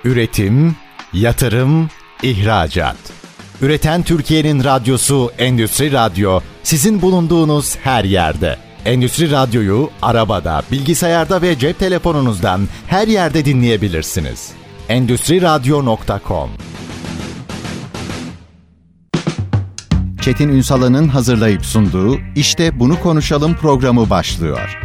Üretim, yatırım, ihracat. Üreten Türkiye'nin radyosu Endüstri Radyo, sizin bulunduğunuz her yerde. Endüstri Radyo'yu arabada, bilgisayarda ve cep telefonunuzdan her yerde dinleyebilirsiniz. Endüstriradyo.com. Çetin Ünsal'ın hazırlayıp sunduğu İşte Bunu Konuşalım programı başlıyor.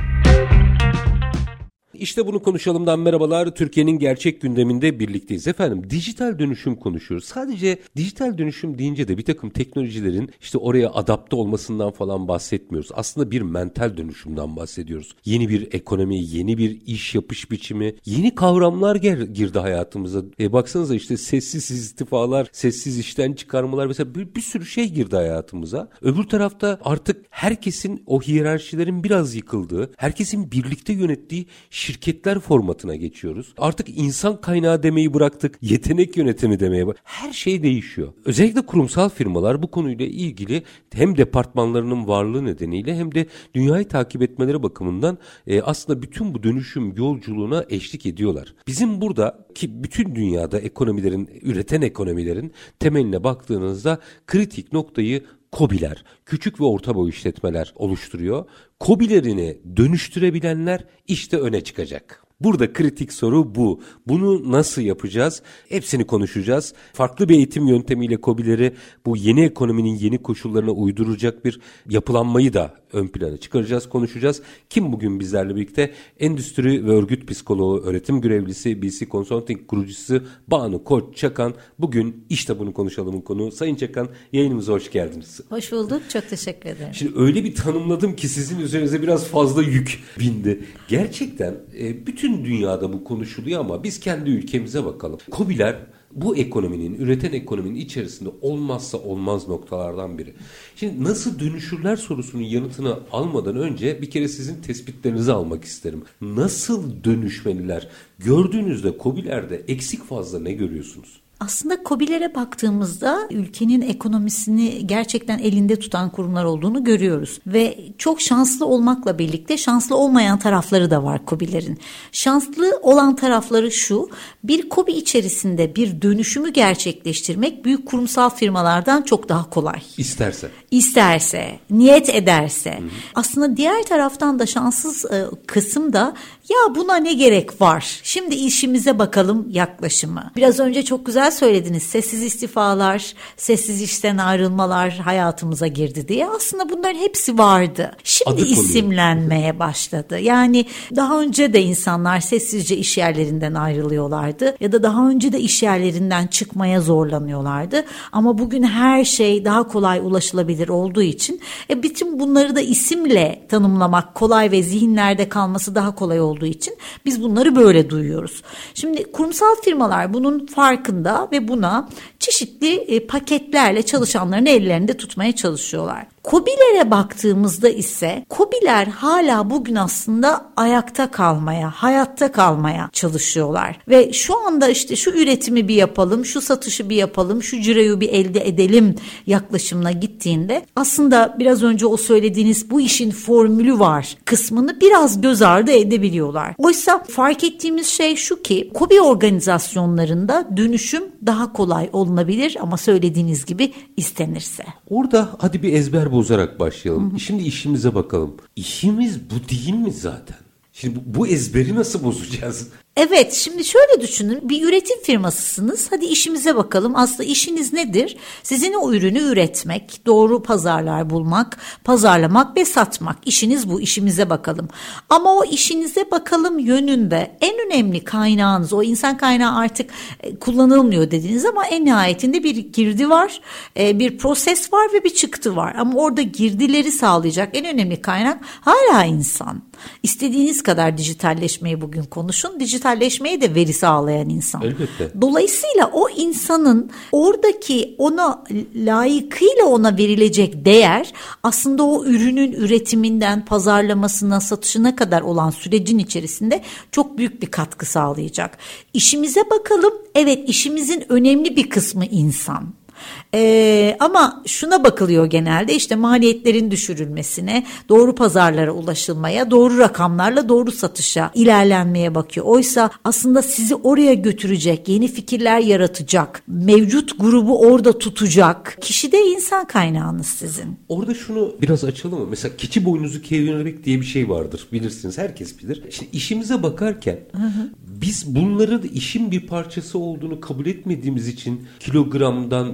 İşte bunu konuşalımdan merhabalar. Türkiye'nin gerçek gündeminde birlikteyiz. Efendim, dijital dönüşüm konuşuyoruz. Sadece dijital dönüşüm deyince de bir takım teknolojilerin işte oraya adapte olmasından falan bahsetmiyoruz. Aslında bir mental dönüşümden bahsediyoruz. Yeni bir ekonomi, yeni bir iş yapış biçimi, yeni kavramlar girdi hayatımıza. Baksanıza işte sessiz istifalar, sessiz işten çıkarmalar, mesela bir sürü şey girdi hayatımıza. Öbür tarafta artık herkesin o hiyerarşilerin biraz yıkıldığı, herkesin birlikte yönettiği şirketler formatına geçiyoruz. Artık insan kaynağı demeyi bıraktık, yetenek yönetimi demeye bıraktık. Her şey değişiyor. Özellikle kurumsal firmalar bu konuyla ilgili hem departmanlarının varlığı nedeniyle hem de dünyayı takip etmeleri bakımından aslında bütün bu dönüşüm yolculuğuna eşlik ediyorlar. Bizim burada ki bütün dünyada ekonomilerin, üreten ekonomilerin temeline baktığınızda kritik noktayı KOBİ'ler, küçük ve orta boy işletmeler oluşturuyor. KOBİ'lerini dönüştürebilenler işte öne çıkacak. Burada kritik soru bu. Bunu nasıl yapacağız? Hepsini konuşacağız. Farklı bir eğitim yöntemiyle KOBİ'leri bu yeni ekonominin yeni koşullarına uyduracak bir yapılanmayı da ön plana çıkaracağız, konuşacağız. Kim bugün bizlerle birlikte? Endüstri ve örgüt psikoloğu, öğretim görevlisi, BC Consulting kurucusu Banu Koç Çakan. Bugün işte bunu konuşalımın konuğu. Sayın Çakan, yayınımıza hoş geldiniz. Hoş bulduk, çok teşekkür ederim. Şimdi öyle bir tanımladım ki sizin üzerinize biraz fazla yük bindi. Gerçekten bütün dünyada bu konuşuluyor ama biz kendi ülkemize bakalım. KOBİ'ler bu ekonominin, üreten ekonominin içerisinde olmazsa olmaz noktalardan biri. Şimdi nasıl dönüşürler sorusunun yanıtını almadan önce bir kere sizin tespitlerinizi almak isterim. Nasıl dönüşmeliler? Gördüğünüzde KOBİ'lerde eksik fazla ne görüyorsunuz? Aslında KOBİ'lere baktığımızda ülkenin ekonomisini gerçekten elinde tutan kurumlar olduğunu görüyoruz. Ve çok şanslı olmakla birlikte şanslı olmayan tarafları da var KOBİ'lerin. Şanslı olan tarafları şu: bir KOBİ içerisinde bir dönüşümü gerçekleştirmek büyük kurumsal firmalardan çok daha kolay. İsterse, niyet ederse. Hı-hı. Aslında diğer taraftan da şanssız kısım da ya buna ne gerek var? Şimdi işimize bakalım yaklaşımı. Biraz önce çok güzel söylediniz. Sessiz istifalar, sessiz işten ayrılmalar hayatımıza girdi diye. Aslında bunların hepsi vardı. Şimdi isimlenmeye başladı. Yani daha önce de insanlar sessizce iş yerlerinden ayrılıyorlardı ya da daha önce de iş yerlerinden çıkmaya zorlanıyorlardı. Ama bugün her şey daha kolay ulaşılabilir olduğu için bütün bunları da isimle tanımlamak kolay ve zihinlerde kalması daha kolay olduğu için biz bunları böyle duyuyoruz. Şimdi kurumsal firmalar bunun farkında ve buna çeşitli paketlerle çalışanlarını ellerinde tutmaya çalışıyorlar. KOBİ'lere baktığımızda ise KOBİ'ler hala bugün aslında ayakta kalmaya, hayatta kalmaya çalışıyorlar. Ve şu anda işte şu üretimi bir yapalım, şu satışı bir yapalım, şu ciroyu bir elde edelim yaklaşımına gittiğinde aslında biraz önce o söylediğiniz bu işin formülü var kısmını biraz göz ardı edebiliyorlar. Oysa fark ettiğimiz şey şu ki KOBİ organizasyonlarında dönüşüm daha kolay olunabilir ama söylediğiniz gibi istenirse. Orada hadi bir ezber bozarak başlayalım. Hı-hı. Şimdi işimize bakalım. İşimiz bu değil mi zaten? Şimdi bu ezberi nasıl bozacağız? Evet, şimdi şöyle düşünün, bir üretim firmasısınız. Hadi işimize bakalım. Aslında işiniz nedir? Sizin o ürünü üretmek, doğru pazarlar bulmak, pazarlamak ve satmak. İşiniz bu, işimize bakalım. Ama o işinize bakalım yönünde en önemli kaynağınız, o insan kaynağı artık kullanılmıyor dediniz ama en nihayetinde bir girdi var, bir proses var ve bir çıktı var. Ama orada girdileri sağlayacak en önemli kaynak hala insan. İstediğiniz kadar dijitalleşmeyi bugün konuşun. Dijitalleşmeye de veri sağlayan insan. Elbette. Dolayısıyla o insanın oradaki ona layıkıyla ona verilecek değer aslında o ürünün üretiminden pazarlamasına, satışına kadar olan sürecin içerisinde çok büyük bir katkı sağlayacak. İşimize bakalım. Evet, işimizin önemli bir kısmı insan. Ama şuna bakılıyor genelde, işte maliyetlerin düşürülmesine, doğru pazarlara ulaşılmaya, doğru rakamlarla doğru satışa ilerlenmeye bakıyor. Oysa aslında sizi oraya götürecek, yeni fikirler yaratacak, mevcut grubu orada tutacak kişi de insan kaynağınız sizin. Orada şunu biraz açalım mı? Mesela keçi boynuzu kevirmek diye bir şey vardır. Bilirsiniz, herkes bilir. Şimdi işimize bakarken biz bunları da işin bir parçası olduğunu kabul etmediğimiz için kilogramdan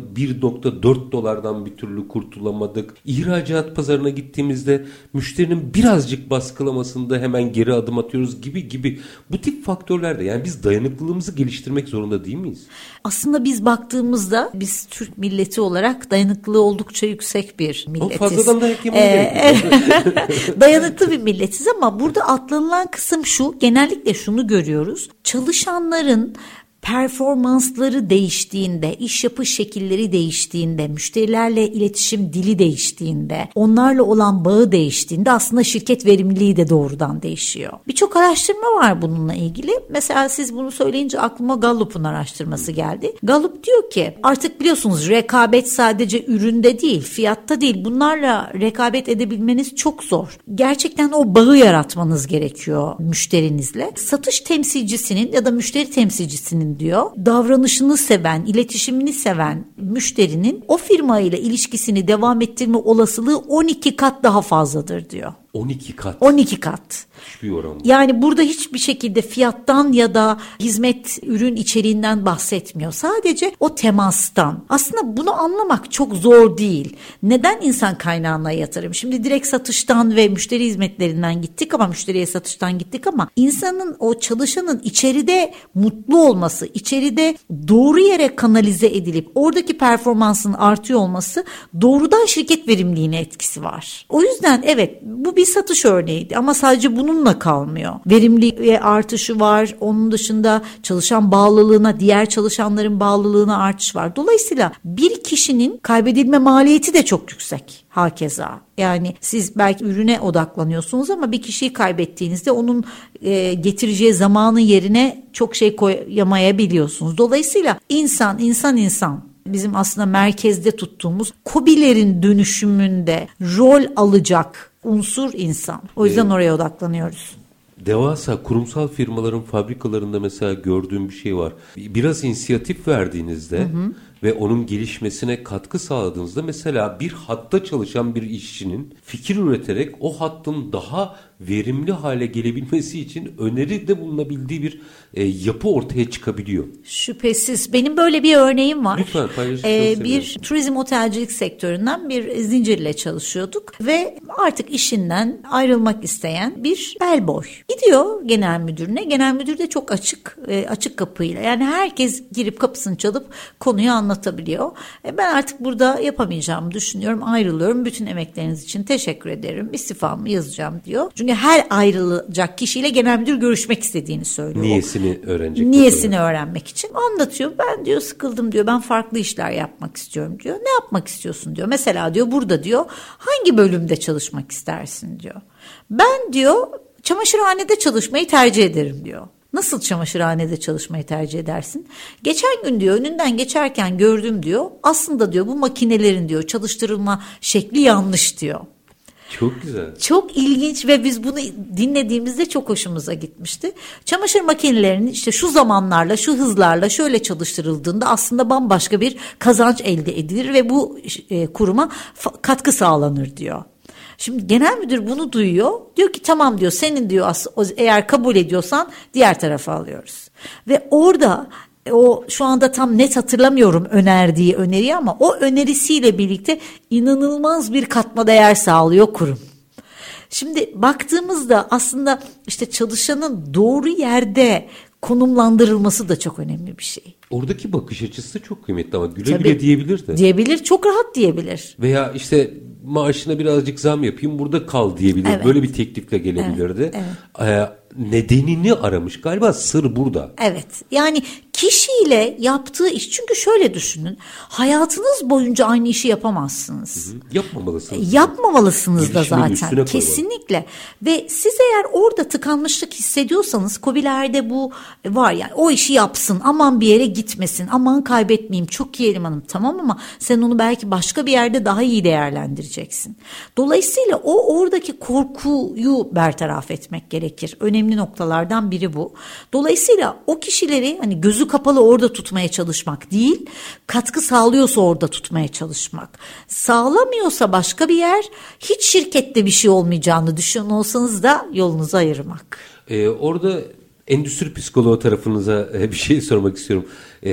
$1.4 bir türlü kurtulamadık. İhracat pazarına gittiğimizde müşterinin birazcık baskılamasında hemen geri adım atıyoruz gibi. Bu tip faktörler de, yani biz dayanıklılığımızı geliştirmek zorunda değil miyiz? Aslında biz baktığımızda biz Türk milleti olarak dayanıklılığı oldukça yüksek bir milletiz. O fazladan dayak yemeye gerekiyor. Dayanıklı bir milletiz ama burada atlanılan kısım şu: genellikle şunu görüyoruz. Çalışanların performansları değiştiğinde, iş yapış şekilleri değiştiğinde, müşterilerle iletişim dili değiştiğinde, onlarla olan bağı değiştiğinde aslında şirket verimliliği de doğrudan değişiyor. Birçok araştırma var bununla ilgili. Mesela siz bunu söyleyince aklıma Gallup'un araştırması geldi. Gallup diyor ki artık biliyorsunuz rekabet sadece üründe değil, fiyatta değil. Bunlarla rekabet edebilmeniz çok zor. Gerçekten o bağı yaratmanız gerekiyor müşterinizle. Satış temsilcisinin ya da müşteri temsilcisinin diyor, davranışını seven, iletişimini seven müşterinin o firma ile ilişkisini devam ettirme olasılığı 12 kat daha fazladır diyor. 12 kat. 12 kat. Hiçbir oran. Yani burada hiçbir şekilde fiyattan ya da hizmet ürün içeriğinden bahsetmiyor. Sadece o temastan. Aslında bunu anlamak çok zor değil. Neden insan kaynağına yatırım? Şimdi direkt satıştan ve müşteri hizmetlerinden gittik ama müşteriye satıştan gittik ama insanın, o çalışanın içeride mutlu olması, içeride doğru yere kanalize edilip oradaki performansın artıyor olması doğrudan şirket verimliliğine etkisi var. O yüzden evet, bu bir satış örneğiydi ama sadece bununla kalmıyor. Verimliliğe artışı var. Onun dışında çalışan bağlılığına, diğer çalışanların bağlılığına artış var. Dolayısıyla bir kişinin kaybedilme maliyeti de çok yüksek. Hakeza. Yani siz belki ürüne odaklanıyorsunuz ama bir kişiyi kaybettiğinizde onun getireceği zamanın yerine çok şey koyamayabiliyorsunuz. Dolayısıyla insan bizim aslında merkezde tuttuğumuz KOBİ'lerin dönüşümünde rol alacak unsur insan. O yüzden oraya odaklanıyoruz. Devasa kurumsal firmaların fabrikalarında mesela gördüğüm bir şey var. Biraz inisiyatif verdiğinizde ve onun gelişmesine katkı sağladığınızda, mesela bir hatta çalışan bir işçinin fikir üreterek o hattın daha verimli hale gelebilmesi için öneride bulunabildiği bir yapı ortaya çıkabiliyor. Şüphesiz. Benim böyle bir örneğim var. Lütfen paylaşın. Bir turizm otelcilik sektöründen bir zincirle çalışıyorduk ve artık işinden ayrılmak isteyen bir bellboy gidiyor genel müdürüne. Genel müdür de çok açık kapıyla, yani herkes girip kapısını çalıp konuyu anlatabiliyor. Ben artık burada yapamayacağımı düşünüyorum, ayrılıyorum. Bütün emekleriniz için teşekkür ederim. İstifamı yazacağım diyor. Çünkü her ayrılacak kişiyle genel müdür görüşmek istediğini söylüyor. Niyesini öğrenmek için anlatıyor. Ben diyor sıkıldım diyor. Ben farklı işler yapmak istiyorum diyor. Ne yapmak istiyorsun diyor. Mesela diyor burada diyor hangi bölümde çalışmak istersin diyor. Ben diyor çamaşırhanede çalışmayı tercih ederim diyor. Nasıl çamaşırhanede çalışmayı tercih edersin? Geçen gün diyor önünden geçerken gördüm diyor. Aslında diyor bu makinelerin diyor çalıştırılma şekli yanlış diyor. Çok güzel. Çok ilginç ve biz bunu dinlediğimizde çok hoşumuza gitmişti. Çamaşır makinelerinin işte şu zamanlarla, şu hızlarla şöyle çalıştırıldığında aslında bambaşka bir kazanç elde edilir ve bu kuruma katkı sağlanır diyor. Şimdi genel müdür bunu duyuyor. Diyor ki tamam diyor, senin diyor eğer kabul ediyorsan diğer tarafa alıyoruz. Ve orada o şu anda tam net hatırlamıyorum önerdiği öneriyi ama o önerisiyle birlikte inanılmaz bir katma değer sağlıyor kurum. Şimdi baktığımızda aslında işte çalışanın doğru yerde konumlandırılması da çok önemli bir şey. Oradaki bakış açısı çok kıymetli ama güle diyebilir de. Diyebilir, çok rahat diyebilir. Veya işte maaşına birazcık zam yapayım, burada kal diyebilir. Evet. Böyle bir teklifle gelebilirdi. Evet. Nedenini aramış. Galiba sır burada. Evet. Yani kişiyle yaptığı iş, çünkü şöyle düşünün, hayatınız boyunca aynı işi yapamazsınız. Yapmamalısınız. Yapmamalısınız da Gelişimin zaten. Kesinlikle. Ve siz eğer orada tıkanmışlık hissediyorsanız, KOBİ'lerde bu var yani, o işi yapsın, aman bir yere gitmesin, aman kaybetmeyeyim, çok iyi elemanım, tamam, ama sen onu belki başka bir yerde daha iyi değerlendireceksin. Dolayısıyla oradaki korkuyu bertaraf etmek gerekir. Önemli noktalardan biri bu. Dolayısıyla o kişileri hani gözü kapalı orada tutmaya çalışmak değil, katkı sağlıyorsa orada tutmaya çalışmak. Sağlamıyorsa başka bir yer, hiç şirkette bir şey olmayacağını düşünün olsanız da yolunuzu ayırmak. Orada endüstri psikoloğu tarafınıza bir şey sormak istiyorum.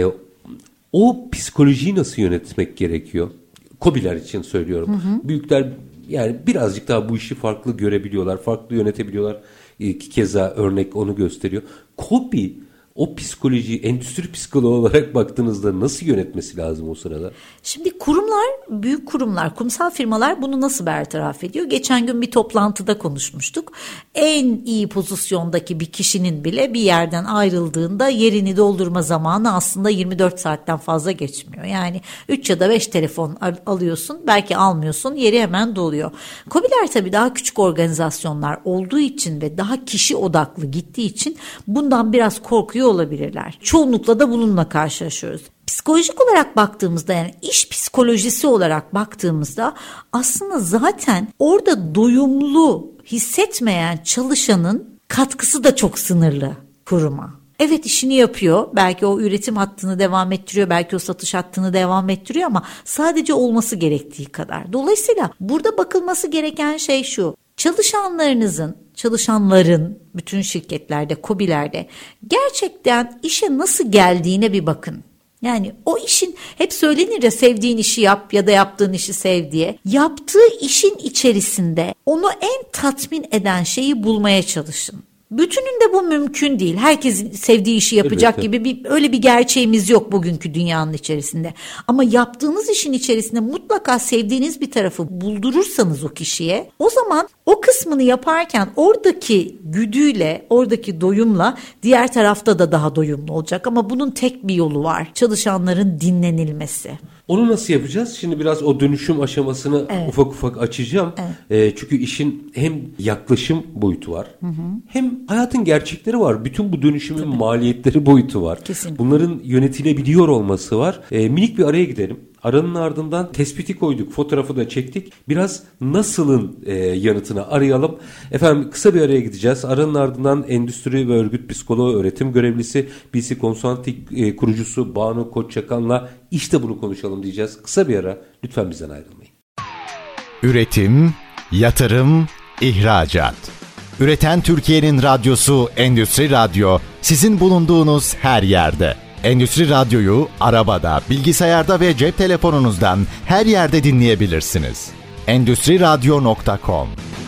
O psikolojiyi nasıl yönetmek gerekiyor? KOBİ'ler için söylüyorum. Büyükler yani birazcık daha bu işi farklı görebiliyorlar, farklı yönetebiliyorlar. Keza örnek onu gösteriyor. KOBİ o psikolojiyi endüstri psikoloğu olarak baktığınızda nasıl yönetmesi lazım o sırada? Şimdi kurumlar, büyük kurumlar, kurumsal firmalar bunu nasıl bertaraf ediyor? Geçen gün bir toplantıda konuşmuştuk. En iyi pozisyondaki bir kişinin bile bir yerden ayrıldığında yerini doldurma zamanı aslında 24 saatten fazla geçmiyor. Yani 3 ya da 5 telefon alıyorsun, belki almıyorsun, yeri hemen doluyor. KOBİ'ler tabii daha küçük organizasyonlar olduğu için ve daha kişi odaklı gittiği için bundan biraz korkuyor olabilirler. Çoğunlukla da bununla karşılaşıyoruz. Psikolojik olarak baktığımızda, yani iş psikolojisi olarak baktığımızda aslında zaten orada doyumlu hissetmeyen çalışanın katkısı da çok sınırlı kuruma. Evet, işini yapıyor, belki o üretim hattını devam ettiriyor, belki o satış hattını devam ettiriyor ama sadece olması gerektiği kadar. Dolayısıyla burada bakılması gereken şey şu: çalışanların bütün şirketlerde, KOBİ'lerde gerçekten işe nasıl geldiğine bir bakın. Yani o işin, hep söylenir ya, sevdiğin işi yap ya da yaptığın işi sev diye. Yaptığı işin içerisinde onu en tatmin eden şeyi bulmaya çalışın. Bütününde bu mümkün değil. Herkesin sevdiği işi yapacak gibi öyle bir gerçeğimiz yok bugünkü dünyanın içerisinde. Ama yaptığınız işin içerisinde mutlaka sevdiğiniz bir tarafı buldurursanız o kişiye, o zaman o kısmını yaparken oradaki güdüyle, oradaki doyumla diğer tarafta da daha doyumlu olacak. Ama bunun tek bir yolu var: çalışanların dinlenilmesi. Onu nasıl yapacağız? Şimdi biraz o dönüşüm aşamasını ufak ufak açacağım. Çünkü işin hem yaklaşım boyutu var, hem hayatın gerçekleri var. Bütün bu dönüşümün maliyetleri boyutu var. Kesinlikle. Bunların yönetilebiliyor olması var. Minik bir araya gidelim. Aranın ardından tespiti koyduk, fotoğrafı da çektik. Biraz nasılın yanıtını arayalım. Efendim, kısa bir araya gideceğiz. Aranın ardından endüstri ve örgüt psikoloğu, öğretim görevlisi, BC Consulting kurucusu Banu Koççakan'la işte bunu konuşalım diyeceğiz. Kısa bir ara, lütfen bizden ayrılmayın. Üretim, yatırım, ihracat. Üreten Türkiye'nin radyosu Endüstri Radyo, sizin bulunduğunuz her yerde. Endüstri Radyo'yu arabada, bilgisayarda ve cep telefonunuzdan her yerde dinleyebilirsiniz. Endüstriradyo.com.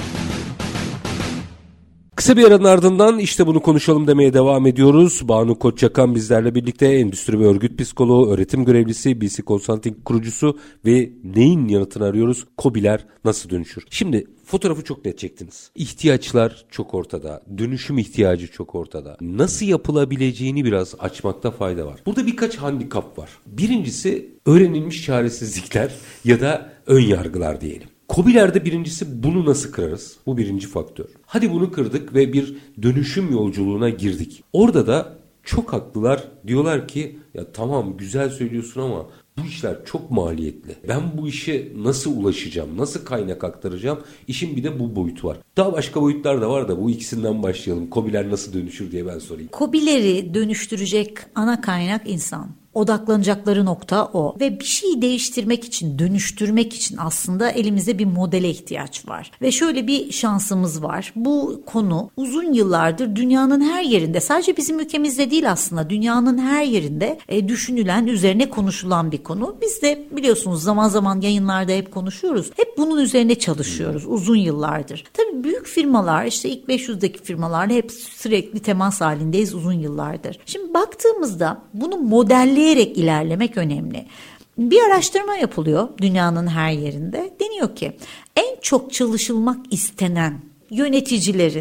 Kısa bir aranın ardından işte bunu konuşalım demeye devam ediyoruz. Banu Koççakan bizlerle birlikte, endüstri ve örgüt psikoloğu, öğretim görevlisi, BC Consulting kurucusu ve neyin yanıtını arıyoruz? KOBİ'ler nasıl dönüşür? Şimdi fotoğrafı çok net çektiniz. İhtiyaçlar çok ortada. Dönüşüm ihtiyacı çok ortada. Nasıl yapılabileceğini biraz açmakta fayda var. Burada birkaç handikap var. Birincisi öğrenilmiş çaresizlikler ya da ön yargılar diyelim. KOBİ'lerde birincisi bunu nasıl kırarız? Bu birinci faktör. Hadi bunu kırdık ve bir dönüşüm yolculuğuna girdik. Orada da çok haklılar. Diyorlar ki ya tamam, güzel söylüyorsun ama bu işler çok maliyetli. Ben bu işe nasıl ulaşacağım? Nasıl kaynak aktaracağım? İşin bir de bu boyutu var. Daha başka boyutlar da var da bu ikisinden başlayalım. KOBİ'ler nasıl dönüşür diye ben sorayım. KOBİ'leri dönüştürecek ana kaynak insan. Odaklanacakları nokta o. Ve bir şeyi değiştirmek için, dönüştürmek için aslında elimizde bir modele ihtiyaç var. Ve şöyle bir şansımız var. Bu konu uzun yıllardır dünyanın her yerinde, sadece bizim ülkemizde değil aslında, dünyanın her yerinde düşünülen, üzerine konuşulan bir konu. Biz de biliyorsunuz zaman zaman yayınlarda hep konuşuyoruz. Hep bunun üzerine çalışıyoruz uzun yıllardır. Tabii büyük firmalar, işte ilk 500'deki firmalarla hep sürekli temas halindeyiz uzun yıllardır. Şimdi baktığımızda bunu modelleyerek ilerlemek önemli. Bir araştırma yapılıyor dünyanın her yerinde. Deniyor ki en çok çalışılmak istenen yöneticilerin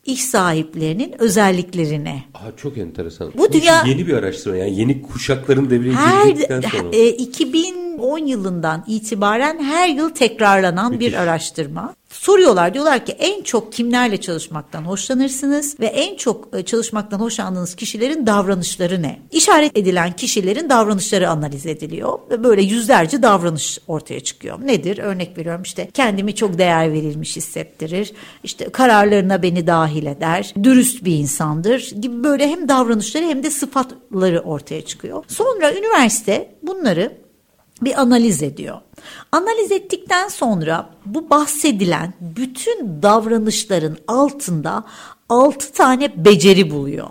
iş sahiplerinin özelliklerine. Çok enteresan. Bu dünya yeni bir araştırma, yani yeni kuşakların devreye girdikten sonra. 2010 yılından itibaren her yıl tekrarlanan bir araştırma. Soruyorlar, diyorlar ki en çok kimlerle çalışmaktan hoşlanırsınız ve en çok çalışmaktan hoşlandığınız kişilerin davranışları ne? İşaret edilen kişilerin davranışları analiz ediliyor ve böyle yüzlerce davranış ortaya çıkıyor. Nedir? Örnek veriyorum, işte kendimi çok değer verilmiş hissettirir, işte kararlarına beni dahil eder, dürüst bir insandır gibi böyle hem davranışları hem de sıfatları ortaya çıkıyor. Sonra üniversite bunları bir analiz ediyor. Analiz ettikten sonra bu bahsedilen bütün davranışların altında 6 tane beceri buluyor.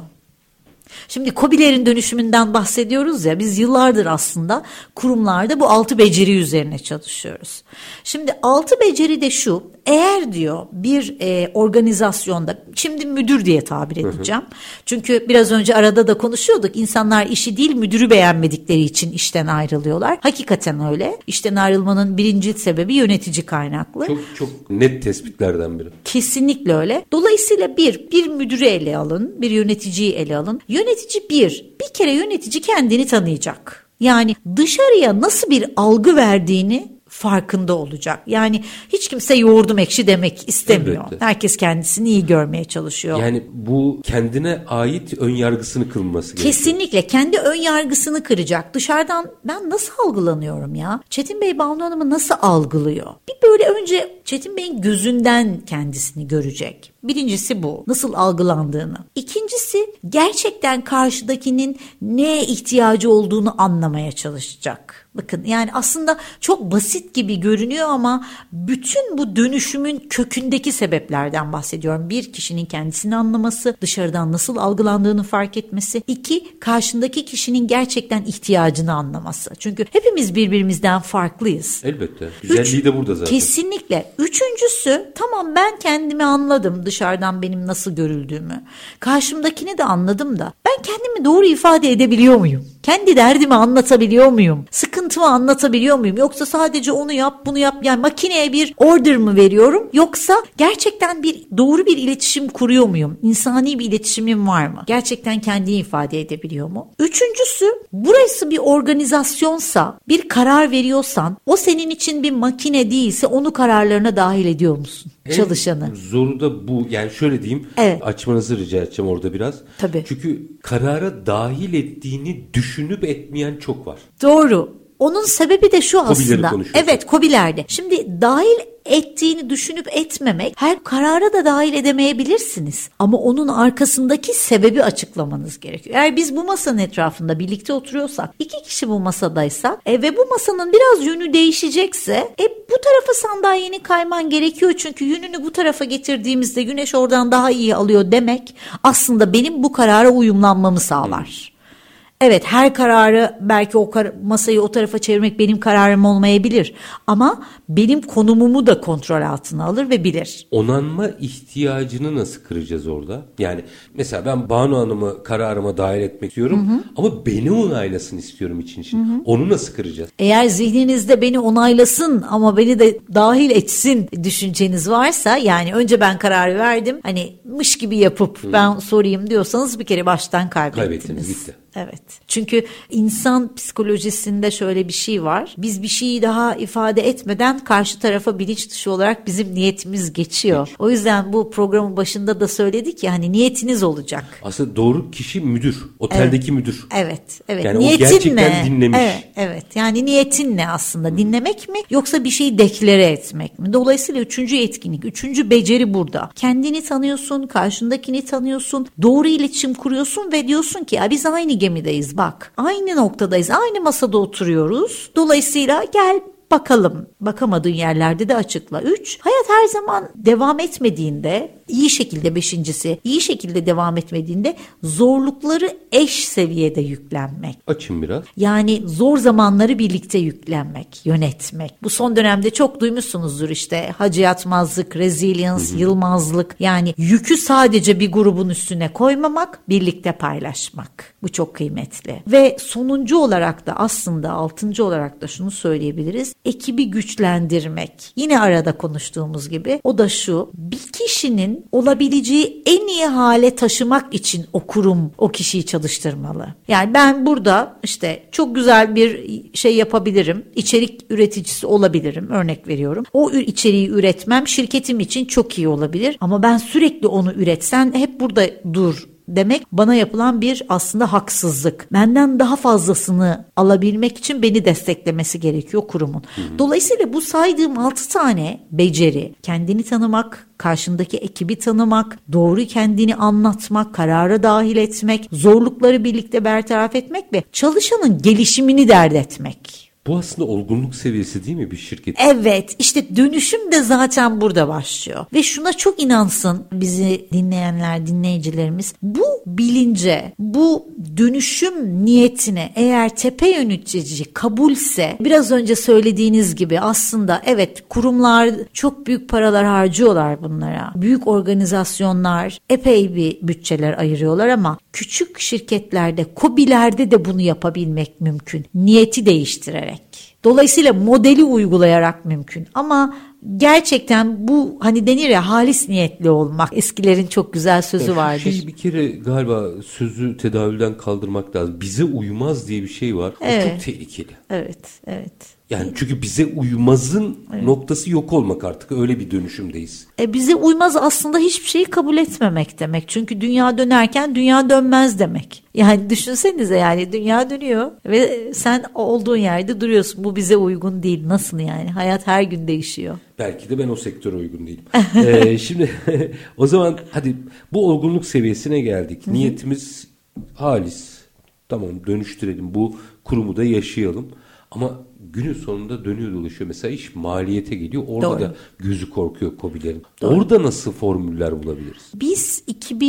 Şimdi KOBİ'lerin dönüşümünden bahsediyoruz ya, biz yıllardır aslında kurumlarda bu 6 beceri üzerine çalışıyoruz. Şimdi 6 beceri de şu: eğer diyor bir organizasyonda, şimdi müdür diye tabir edeceğim. Çünkü biraz önce arada da konuşuyorduk, insanlar işi değil müdürü beğenmedikleri için işten ayrılıyorlar. Hakikaten öyle. İşten ayrılmanın birinci sebebi yönetici kaynaklı. Çok net tespitlerden biri. Kesinlikle öyle. Dolayısıyla bir müdürü ele alın, bir yöneticiyi ele alın. Yönetici bir kere yönetici kendini tanıyacak. Yani dışarıya nasıl bir algı verdiğini farkında olacak. Yani hiç kimse yoğurdum ekşi demek istemiyor. Elbette. Herkes kendisini iyi görmeye çalışıyor. Yani bu kendine ait ön yargısını kırılması gerekiyor. Kesinlikle kendi ön yargısını kıracak. Dışarıdan ben nasıl algılanıyorum ya? Çetin Bey Banu Hanım'ı nasıl algılıyor? Bir böyle önce Çetin Bey'in gözünden kendisini görecek. Birincisi bu. Nasıl algılandığını. İkincisi gerçekten karşıdakinin neye ihtiyacı olduğunu anlamaya çalışacak. Bakın, yani aslında çok basit gibi görünüyor ama bütün bu dönüşümün kökündeki sebeplerden bahsediyorum. Bir, kişinin kendisini anlaması, dışarıdan nasıl algılandığını fark etmesi. İki, karşındaki kişinin gerçekten ihtiyacını anlaması. Çünkü hepimiz birbirimizden farklıyız. Elbette. Güzelliği de burada zaten. Kesinlikle. Üçüncüsü, tamam ben kendimi anladım, dışarıdan benim nasıl görüldüğümü. Karşımdakini de anladım da ben kendimi doğru ifade edebiliyor muyum? Kendi derdimi anlatabiliyor muyum? Sıkıntımı anlatabiliyor muyum? Yoksa sadece onu yap, bunu yap. Yani makineye bir order mı veriyorum? Yoksa gerçekten doğru bir iletişim kuruyor muyum? İnsani bir iletişimim var mı? Gerçekten kendini ifade edebiliyor mu? Üçüncüsü, burası bir organizasyonsa, bir karar veriyorsan, o senin için bir makine değilse onu kararlarına dahil ediyor musun? Çalışanı. Zoru da bu. Yani şöyle diyeyim. Evet. Açmanızı rica edeceğim orada biraz. Tabii. Çünkü karara dahil ettiğini düşünüp etmeyen çok var. Doğru. Onun sebebi de şu KOBİ'leri aslında. Evet, KOBİ'lerde. Şimdi dahil ettiğini düşünüp etmemek, her karara da dahil edemeyebilirsiniz. Ama onun arkasındaki sebebi açıklamanız gerekiyor. Eğer biz bu masanın etrafında birlikte oturuyorsak, 2 kişi bu masadaysak ve bu masanın biraz yönü değişecekse bu tarafa sandalyeni kayman gerekiyor. Çünkü yönünü bu tarafa getirdiğimizde güneş oradan daha iyi alıyor demek aslında benim bu karara uyumlanmamı sağlar. Evet, her kararı belki masayı o tarafa çevirmek benim kararım olmayabilir. Ama benim konumumu da kontrol altına alır ve bilir. Onanma ihtiyacını nasıl kıracağız orada? Yani mesela ben Banu Hanım'ı kararıma dahil etmek istiyorum ama beni onaylasın istiyorum için. Onu nasıl kıracağız? Eğer zihninizde beni onaylasın ama beni de dahil etsin düşünceniz varsa, yani önce ben kararı verdim, hani mış gibi yapıp ben sorayım diyorsanız bir kere baştan kaybettiniz. Gitti. Evet. Çünkü insan psikolojisinde şöyle bir şey var. Biz bir şeyi daha ifade etmeden karşı tarafa bilinç dışı olarak bizim niyetimiz geçiyor. O yüzden bu programın başında da söyledik ya, hani niyetiniz olacak. Aslında doğru kişi müdür. Oteldeki müdür. Evet. Yani niyetin o gerçekten ne? dinlemiş. Evet. Yani niyetin ne aslında? Dinlemek mi yoksa bir şeyi deklare etmek mi? Dolayısıyla 3. etkinlik, 3. beceri burada. Kendini tanıyorsun, karşındakini tanıyorsun, doğru iletişim kuruyorsun ve diyorsun ki ya biz aynı gemideyiz bak. Aynı noktadayız. Aynı masada oturuyoruz. Dolayısıyla gel bakalım. Bakamadığın yerlerde de açıkla. 3. Hayat her zaman devam etmediğinde, iyi şekilde, 5.'si iyi şekilde devam etmediğinde zorlukları eş seviyede yüklenmek. Açın biraz. Yani zor zamanları birlikte yüklenmek, yönetmek. Bu son dönemde çok duymuşsunuzdur işte hacı yatmazlık, resilience, yılmazlık. Yani yükü sadece bir grubun üstüne koymamak, birlikte paylaşmak. Bu çok kıymetli. Ve sonuncu olarak da aslında 6. olarak da şunu söyleyebiliriz. ekibi güçlendirmek. Yine arada konuştuğumuz gibi, o da şu: bir kişinin olabileceği en iyi hale taşımak için o kurum o kişiyi çalıştırmalı. Yani ben burada işte çok güzel bir şey yapabilirim, içerik üreticisi olabilirim, örnek veriyorum. O içeriği üretmem şirketim için çok iyi olabilir ama ben sürekli onu üretsen hep burada dur demek bana yapılan bir aslında haksızlık. Benden daha fazlasını alabilmek için beni desteklemesi gerekiyor kurumun. Dolayısıyla bu saydığım 6 tane beceri: kendini tanımak, karşındaki ekibi tanımak, doğru kendini anlatmak, karara dahil etmek, zorlukları birlikte bertaraf etmek ve çalışanın gelişimini dert etmek. Bu aslında olgunluk seviyesi değil mi bir şirket? Evet, işte dönüşüm de zaten burada başlıyor. Ve şuna çok inansın bizi dinleyenler, dinleyicilerimiz. Bu bilince, bu dönüşüm niyetine eğer tepe yönetici kabulse, biraz önce söylediğiniz gibi aslında evet, kurumlar çok büyük paralar harcıyorlar bunlara. Büyük organizasyonlar epey bir bütçeler ayırıyorlar ama küçük şirketlerde, KOBİ'lerde de bunu yapabilmek mümkün. Niyeti değiştirerek. Dolayısıyla modeli uygulayarak mümkün. Ama gerçekten bu hani denir ya, halis niyetli olmak. Eskilerin çok güzel sözü vardır. Bir kere galiba sözü tedavülden kaldırmak lazım. Bize uymaz diye bir şey var. Evet. O çok tehlikeli. Evet, evet. Yani çünkü bize uymazın noktası yok olmak artık. Öyle bir dönüşümdeyiz. Bize uymaz aslında hiçbir şeyi kabul etmemek demek. Çünkü dünya dönerken dünya dönmez demek. Yani düşünsenize, yani dünya dönüyor ve sen olduğun yerde duruyorsun. Bu bize uygun değil. Nasıl yani? Hayat her gün değişiyor. Belki de ben o sektöre uygun değilim. Şimdi o zaman hadi bu olgunluk seviyesine geldik. Niyetimiz halis. Tamam, dönüştürelim. Bu kurumu da yaşayalım. Ama günün sonunda dönüyor dolaşıyor. Mesela iş maliyete geliyor. Orada da gözü korkuyor KOBİ'lerin. Orada nasıl formüller bulabiliriz? Biz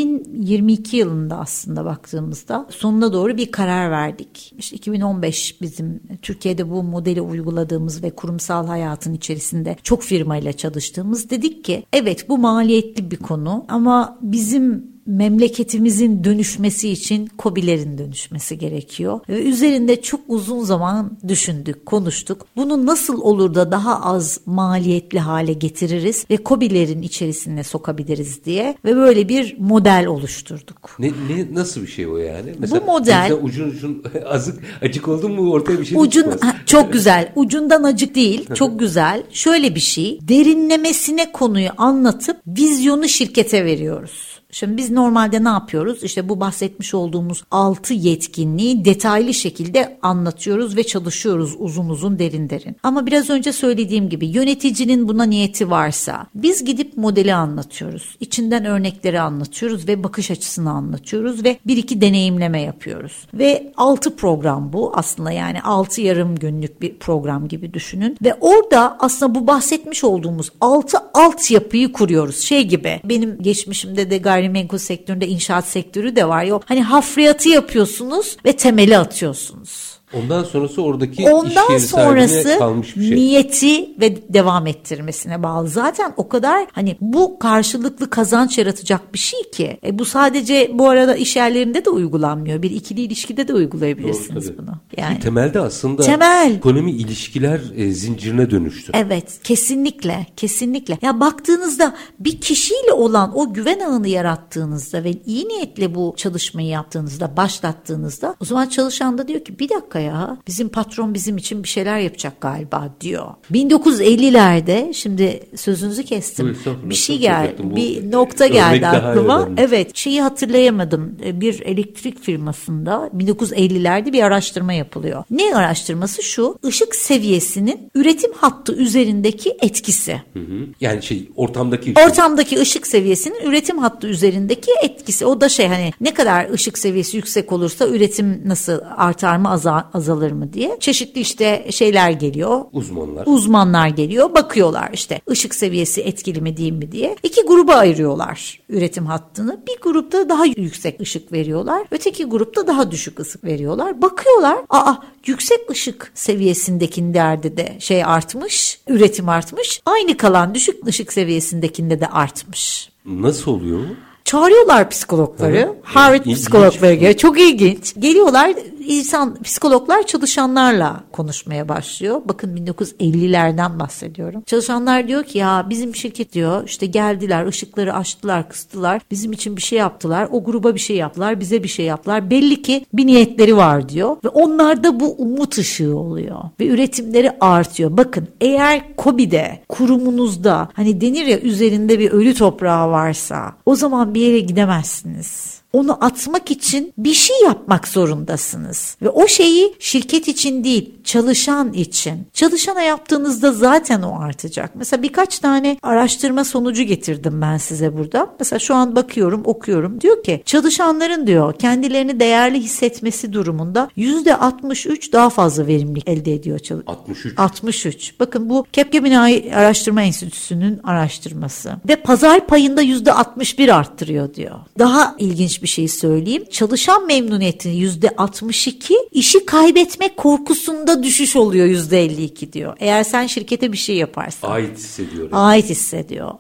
2022 yılında aslında baktığımızda sonuna doğru bir karar verdik. İşte 2015 bizim Türkiye'de bu modeli uyguladığımız ve kurumsal hayatın içerisinde çok firmayla çalıştığımız, dedik ki evet, bu maliyetli bir konu ama bizim memleketimizin dönüşmesi için KOBİ'lerin dönüşmesi gerekiyor. Ve üzerinde çok uzun zaman düşündük, konuştuk. Bunu nasıl olur da daha az maliyetli hale getiririz ve KOBİ'lerin içerisine sokabiliriz diye ve böyle bir model oluşturduk. Nasıl bir şey o yani? Mesela, bu model ucun acık oldun mu ortaya bir şey çıkmaz. Çok güzel. Ucundan acık değil. Çok güzel. Şöyle bir şey. Derinlemesine konuyu anlatıp vizyonu şirkete veriyoruz. Şimdi biz normalde ne yapıyoruz? İşte bu bahsetmiş olduğumuz 6 yetkinliği detaylı şekilde anlatıyoruz ve çalışıyoruz uzun uzun, derin derin. Ama biraz önce söylediğim gibi yöneticinin buna niyeti varsa biz gidip modeli anlatıyoruz. İçinden örnekleri anlatıyoruz ve bakış açısını anlatıyoruz ve 1-2 deneyimleme yapıyoruz. Ve 6 program bu aslında, yani 6 yarım günlük bir program gibi düşünün. Ve orada aslında bu bahsetmiş olduğumuz 6 altyapıyı kuruyoruz. Şey gibi, benim geçmişimde de gayrimenkul sektöründe inşaat sektörü de var. Yok, hani hafriyatı yapıyorsunuz ve temeli atıyorsunuz. Ondan sonrası oradaki iş yeri sahibine kalmış bir şey. Niyeti ve devam ettirmesine bağlı. Zaten o kadar hani bu karşılıklı kazanç yaratacak bir şey ki. Bu sadece bu arada iş yerlerinde de uygulanmıyor. Bir ikili ilişkide de uygulayabilirsiniz. Doğru, bunu. Yani temelde aslında ekonomi ilişkiler zincirine dönüştü. Evet, kesinlikle, kesinlikle. Ya baktığınızda bir kişiyle olan o güven ağını yarattığınızda ve iyi niyetle bu çalışmayı yaptığınızda, başlattığınızda, o zaman çalışan da diyor ki bir dakika ya, bizim patron bizim için bir şeyler yapacak galiba diyor. 1950'lerde, şimdi sözünüzü kestim. Bir şey geldi, bir nokta geldi aklıma. Evet, şeyi hatırlayamadım. Bir elektrik firmasında 1950'lerde bir araştırma yapılıyor. Ne araştırması? Şu: ışık seviyesinin üretim hattı üzerindeki etkisi. Yani ortamdaki ışık seviyesinin üretim hattı üzerindeki etkisi. O da hani ne kadar ışık seviyesi yüksek olursa üretim nasıl artar mı, azalır mı diye. Çeşitli işte şeyler geliyor. Uzmanlar geliyor. Bakıyorlar işte ışık seviyesi etkili mi değil mi diye. 2 gruba ayırıyorlar üretim hattını. Bir grupta daha yüksek ışık veriyorlar. Öteki grupta daha düşük ışık veriyorlar. Bakıyorlar. Yüksek ışık seviyesindekilerde de artmış. Üretim artmış. Aynı kalan düşük ışık seviyesindekinde de artmış. Nasıl oluyor? Çağırıyorlar psikologları. Harvard psikologları geliyor. Çok ilginç. Geliyorlar, psikologlar çalışanlarla konuşmaya başlıyor. Bakın 1950'lerden bahsediyorum. Çalışanlar diyor ki ya bizim şirket diyor işte geldiler, ışıkları açtılar, kıstılar. Bizim için bir şey yaptılar. O gruba bir şey yaptılar. Bize bir şey yaptılar. Belli ki bir niyetleri var diyor. Ve onlarda bu umut ışığı oluyor. Ve üretimleri artıyor. Bakın eğer KOBİ'de, kurumunuzda hani denir ya üzerinde bir ölü toprağı varsa o zaman bir yere gidemezsiniz. Onu atmak için bir şey yapmak zorundasınız. Ve o şeyi şirket için değil, çalışan için. Çalışana yaptığınızda zaten o artacak. Mesela birkaç tane araştırma sonucu getirdim ben size burada. Mesela şu an bakıyorum, okuyorum. Diyor ki çalışanların diyor kendilerini değerli hissetmesi durumunda %63 daha fazla verimlilik elde ediyor. 63. Bakın bu Capgemini Araştırma Enstitüsü'nün araştırması. Ve pazar payında %61 arttırıyor diyor. Daha ilginç bir şey söyleyeyim. Çalışan memnuniyetini %62, işi kaybetmek korkusunda düşüş oluyor %52 diyor. Eğer sen şirkete bir şey yaparsan. Ait hissediyor.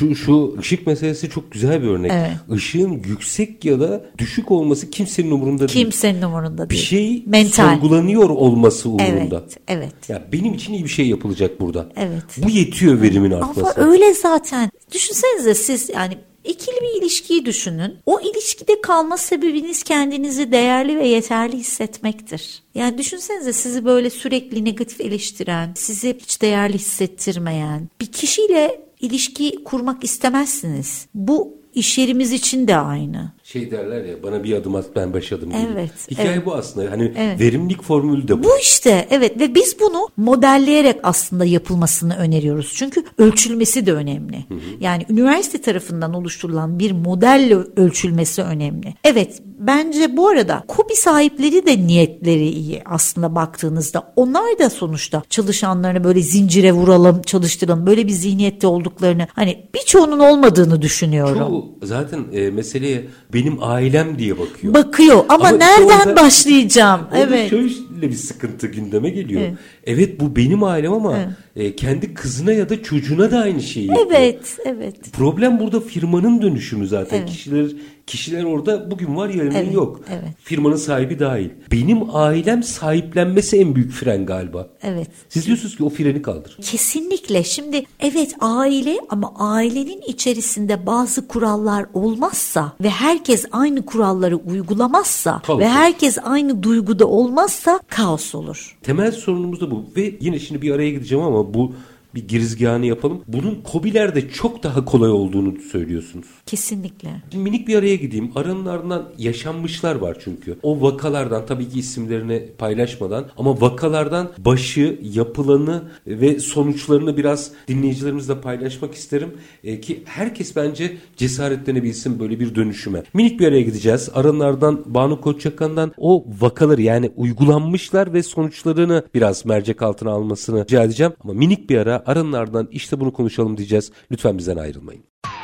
Şu ışık meselesi çok güzel bir örnek. Evet. Işığın yüksek ya da düşük olması kimsenin umurunda değil. Kimsenin umurunda değil. Bir şey sorgulanıyor olması umurunda. Evet. Ya benim için iyi bir şey yapılacak burada. Evet. Bu yetiyor verimin artması. Ama öyle zaten. Düşünsenize siz yani İkili bir ilişkiyi düşünün. O ilişkide kalma sebebiniz kendinizi değerli ve yeterli hissetmektir. Yani düşünsenize sizi böyle sürekli negatif eleştiren, sizi hiç değerli hissettirmeyen bir kişiyle ilişki kurmak istemezsiniz. Bu iş yerimiz için de aynı. Derler ya bana bir adım at ben 5 adım gibi. Evet. Hikaye bu aslında. Hani verimlilik formülü de bu. Bu işte evet ve biz bunu modelleyerek aslında yapılmasını öneriyoruz. Çünkü ölçülmesi de önemli. Yani üniversite tarafından oluşturulan bir modelle ölçülmesi önemli. Evet bence bu arada KOBİ sahipleri de niyetleri iyi aslında baktığınızda. Onlar da sonuçta çalışanlarını böyle zincire vuralım, çalıştıralım. Böyle bir zihniyette olduklarını hani birçoğunun olmadığını düşünüyorum. Çoğu zaten meseleye benim ailem diye bakıyor. Bakıyor ama nereden başlayacağım? Evet. Şöyle bir sıkıntı gündeme geliyor. Evet bu benim ailem ama kendi kızına ya da çocuğuna da aynı şeyi yapıyor. Evet. Problem burada firmanın dönüşümü zaten. Kişiler orada bugün var yarın yok. Firmanın sahibi dahil. Benim ailem sahiplenmesi en büyük fren galiba. Evet. Siz diyorsunuz ki o freni kaldır. Kesinlikle. Şimdi evet aile ama ailenin içerisinde bazı kurallar olmazsa ve herkes aynı kuralları uygulamazsa ve herkes aynı duyguda olmazsa kaos olur. Temel sorunumuz da bu ve yine şimdi bir araya gideceğim ama bu bir girizgahını yapalım. Bunun KOBİ'lerde çok daha kolay olduğunu söylüyorsunuz. Kesinlikle. Şimdi minik bir araya gideyim. Aranın ardından yaşanmışlar var çünkü. O vakalardan tabii ki isimlerini paylaşmadan ama vakalardan başı, yapılanı ve sonuçlarını biraz dinleyicilerimizle paylaşmak isterim. Ki herkes bence cesaretlenebilsin böyle bir dönüşüme. Minik bir araya gideceğiz. Aranın ardından Banu Koçyakan'dan o vakaları yani uygulanmışlar ve sonuçlarını biraz mercek altına almasını rica edeceğim. Ama minik bir ara aranın ardından işte bunu konuşalım diyeceğiz. Lütfen bizden ayrılmayın.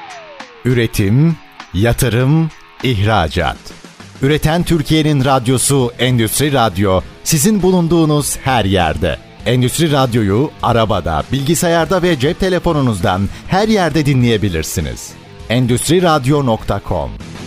Üretim, yatırım, ihracat. Üreten Türkiye'nin radyosu Endüstri Radyo sizin bulunduğunuz her yerde. Endüstri Radyo'yu arabada, bilgisayarda ve cep telefonunuzdan her yerde dinleyebilirsiniz. Endüstriradyo.com.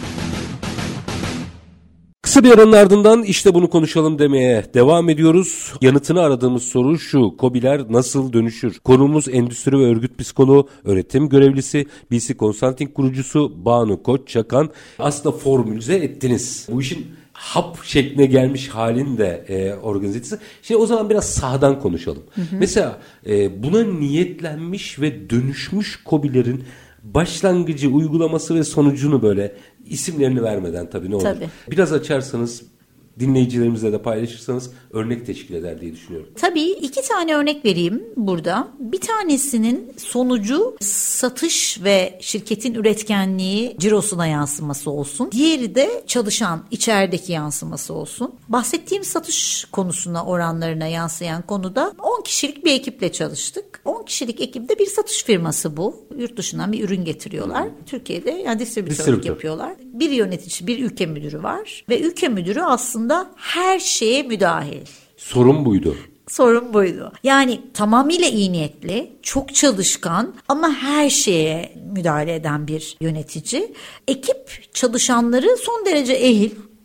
Kısa bir aranın ardından işte bunu konuşalım demeye devam ediyoruz. Yanıtını aradığımız soru şu: KOBİ'ler nasıl dönüşür? Konuğumuz endüstri ve örgüt psikoloğu, öğretim görevlisi, BC Consulting kurucusu Banu Koçyakan. Aslında formülize ettiniz. Bu işin hap şekline gelmiş halini de organize ettiniz. Şimdi o zaman biraz sahadan konuşalım. Mesela buna niyetlenmiş ve dönüşmüş KOBİ'lerin başlangıcı, uygulaması ve sonucunu böyle isimlerini vermeden tabii ne olur. Tabii. Biraz açarsanız, dinleyicilerimizle de paylaşırsanız örnek teşkil eder diye düşünüyorum. Tabii 2 tane örnek vereyim burada. Bir tanesinin sonucu satış ve şirketin üretkenliği cirosuna yansıması olsun. Diğeri de çalışan içerideki yansıması olsun. Bahsettiğim satış konusuna oranlarına yansıyan konuda 10 kişilik bir ekiple çalıştık. 10 kişilik ekipte bir satış firması bu. Yurt dışından bir ürün getiriyorlar. Türkiye'de yani distribütörlük yapıyorlar. Bir yönetici, bir ülke müdürü var ve ülke müdürü aslında her şeye müdahil. Sorun buydu. Sorun buydu. Yani tamamıyla iyi niyetli, çok çalışkan ama her şeye müdahale eden bir yönetici. Ekip çalışanları son derece ehil.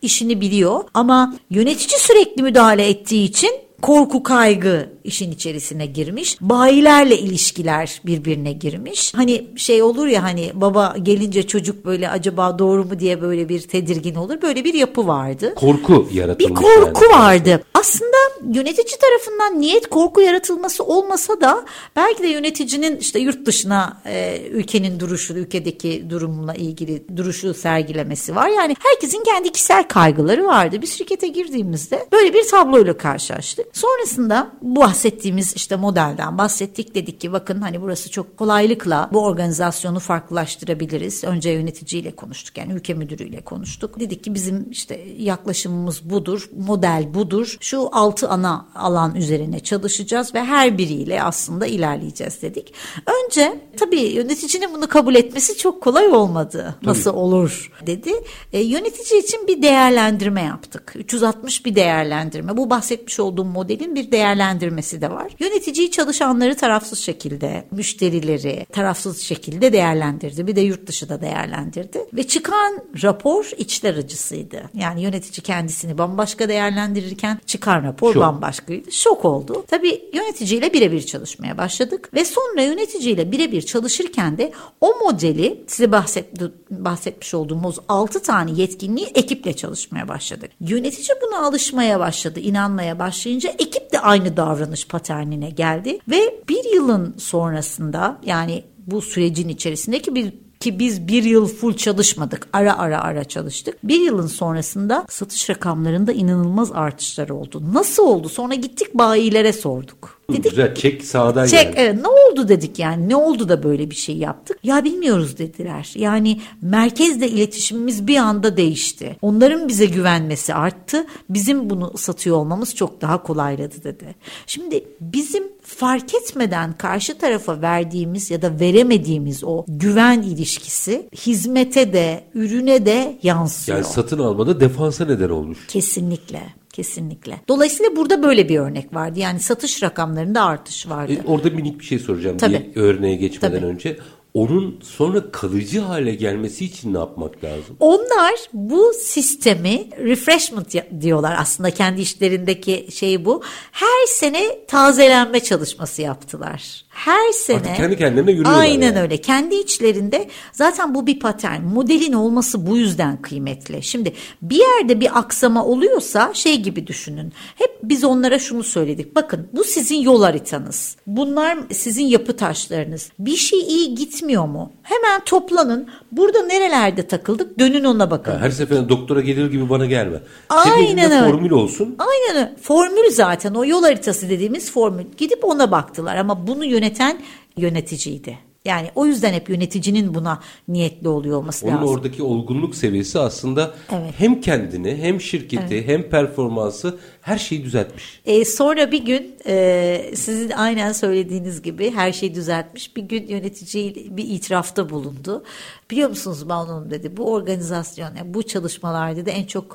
işini biliyor ama yönetici sürekli müdahale ettiği için korku, kaygı işin içerisine girmiş. Bayilerle ilişkiler birbirine girmiş. Hani şey olur ya, hani baba gelince çocuk böyle acaba doğru mu diye böyle bir tedirgin olur. Böyle bir yapı vardı. Korku yaratılmış. Bir korku vardı. Aslında yönetici tarafından niyet korku yaratılması olmasa da belki de yöneticinin işte yurt dışına ülkenin duruşu, ülkedeki durumla ilgili duruşu sergilemesi var. Yani herkesin kendi kişisel kaygıları vardı. Biz şirkete girdiğimizde böyle bir tabloyla karşılaştık. Sonrasında bu bahsettiğimiz işte modelden bahsettik. Dedik ki bakın hani burası çok kolaylıkla bu organizasyonu farklılaştırabiliriz. Önce yöneticiyle konuştuk, yani ülke müdürüyle konuştuk. Dedik ki bizim işte yaklaşımımız budur, model budur. Şu 6 ana alan üzerine çalışacağız ve her biriyle aslında ilerleyeceğiz dedik. Önce tabii yöneticinin bunu kabul etmesi çok kolay olmadı. Tabii. Nasıl olur dedi. Yönetici için bir değerlendirme yaptık. 360 bir değerlendirme. Bu bahsetmiş olduğum modelin bir değerlendirmesi de var. Yöneticiyi, çalışanları tarafsız şekilde, müşterileri tarafsız şekilde değerlendirdi. Bir de yurt dışı da değerlendirdi. Ve çıkan rapor içler acısıydı. Yani yönetici kendisini bambaşka değerlendirirken çıkan rapor bambaşkaydı. Şok oldu. Tabii yöneticiyle birebir çalışmaya başladık. Ve sonra yöneticiyle birebir çalışırken de o modeli, size bahsetmiş olduğumuz 6 tane yetkinliği ekiple çalışmaya başladık. Yönetici buna alışmaya başladı, inanmaya başlayınca ekip de aynı davranış paternine geldi ve bir yılın sonrasında, yani bu sürecin içerisindeki biz bir yıl full çalışmadık. Ara çalıştık. Bir yılın sonrasında satış rakamlarında inanılmaz artışlar oldu. Nasıl oldu? Sonra gittik bayilere sorduk. Dedik, güzel, çek sağdan yani. Evet, ne oldu dedik yani. Ne oldu da böyle bir şey yaptık? Ya bilmiyoruz dediler. Yani merkezle iletişimimiz bir anda değişti. Onların bize güvenmesi arttı. Bizim bunu satıyor olmamız çok daha kolayladı dedi. Şimdi bizim fark etmeden karşı tarafa verdiğimiz ya da veremediğimiz o güven ilişkisi hizmete de, ürüne de yansıyor. Yani satın almada defansa neden olmuş. Kesinlikle. Dolayısıyla burada böyle bir örnek vardı. Yani satış rakamlarında artış vardı. Orada minik bir şey soracağım diye örneğe geçmeden önce. Onun sonra kalıcı hale gelmesi için ne yapmak lazım? Onlar bu sistemi refreshment diyorlar, aslında kendi işlerindeki şey bu. Her sene tazelenme çalışması yaptılar. Her sene. Artık kendi kendilerine yürüyorlar. Aynen yani. Öyle. Kendi içlerinde zaten bu bir patern. Modelin olması bu yüzden kıymetli. Şimdi bir yerde bir aksama oluyorsa şey gibi düşünün. Hep biz onlara şunu söyledik. Bakın bu sizin yol haritanız. Bunlar sizin yapı taşlarınız. Bir şey iyi gitmiyor mu? Hemen toplanın. Burada nerelerde takıldık? Dönün ona bakın. Her seferinde doktora gelir gibi bana gelme. Aynen öyle. Formül olsun. Aynen öyle. Formül zaten o yol haritası dediğimiz formül. Gidip ona baktılar ama bunu yöneten yöneticiydi. Yani o yüzden hep yöneticinin buna niyetli oluyor olması lazım. Onun oradaki olgunluk seviyesi aslında hem kendini hem şirketi hem performansı her şeyi düzeltmiş. Sonra bir gün sizin aynen söylediğiniz gibi her şeyi düzeltmiş. Bir gün yönetici bir itirafta bulundu. Biliyor musunuz Banu Hanım dedi, bu organizasyon, yani bu çalışmalar dedi en çok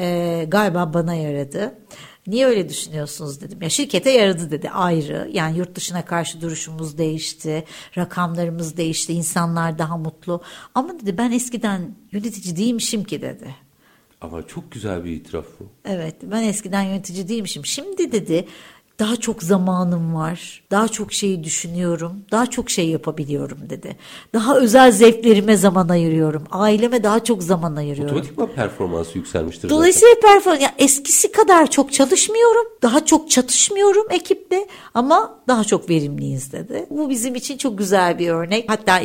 galiba bana yaradı. Niye öyle düşünüyorsunuz dedim. Ya şirkete yaradı dedi, ayrı. Yani yurt dışına karşı duruşumuz değişti. Rakamlarımız değişti. İnsanlar daha mutlu. Ama dedi ben eskiden yönetici değilmişim ki dedi. Ama çok güzel bir itiraf bu. Evet, ben eskiden yönetici değilmişim. Şimdi dedi daha çok zamanım var. Daha çok şeyi düşünüyorum. Daha çok şey yapabiliyorum dedi. Daha özel zevklerime zaman ayırıyorum. Aileme daha çok zaman ayırıyorum. Otomatikman performansı yükselmiştir. Dolayısıyla performans, yani eskisi kadar çok çalışmıyorum. Daha çok çatışmıyorum ekiple ama daha çok verimliyiz dedi. Bu bizim için çok güzel bir örnek. Hatta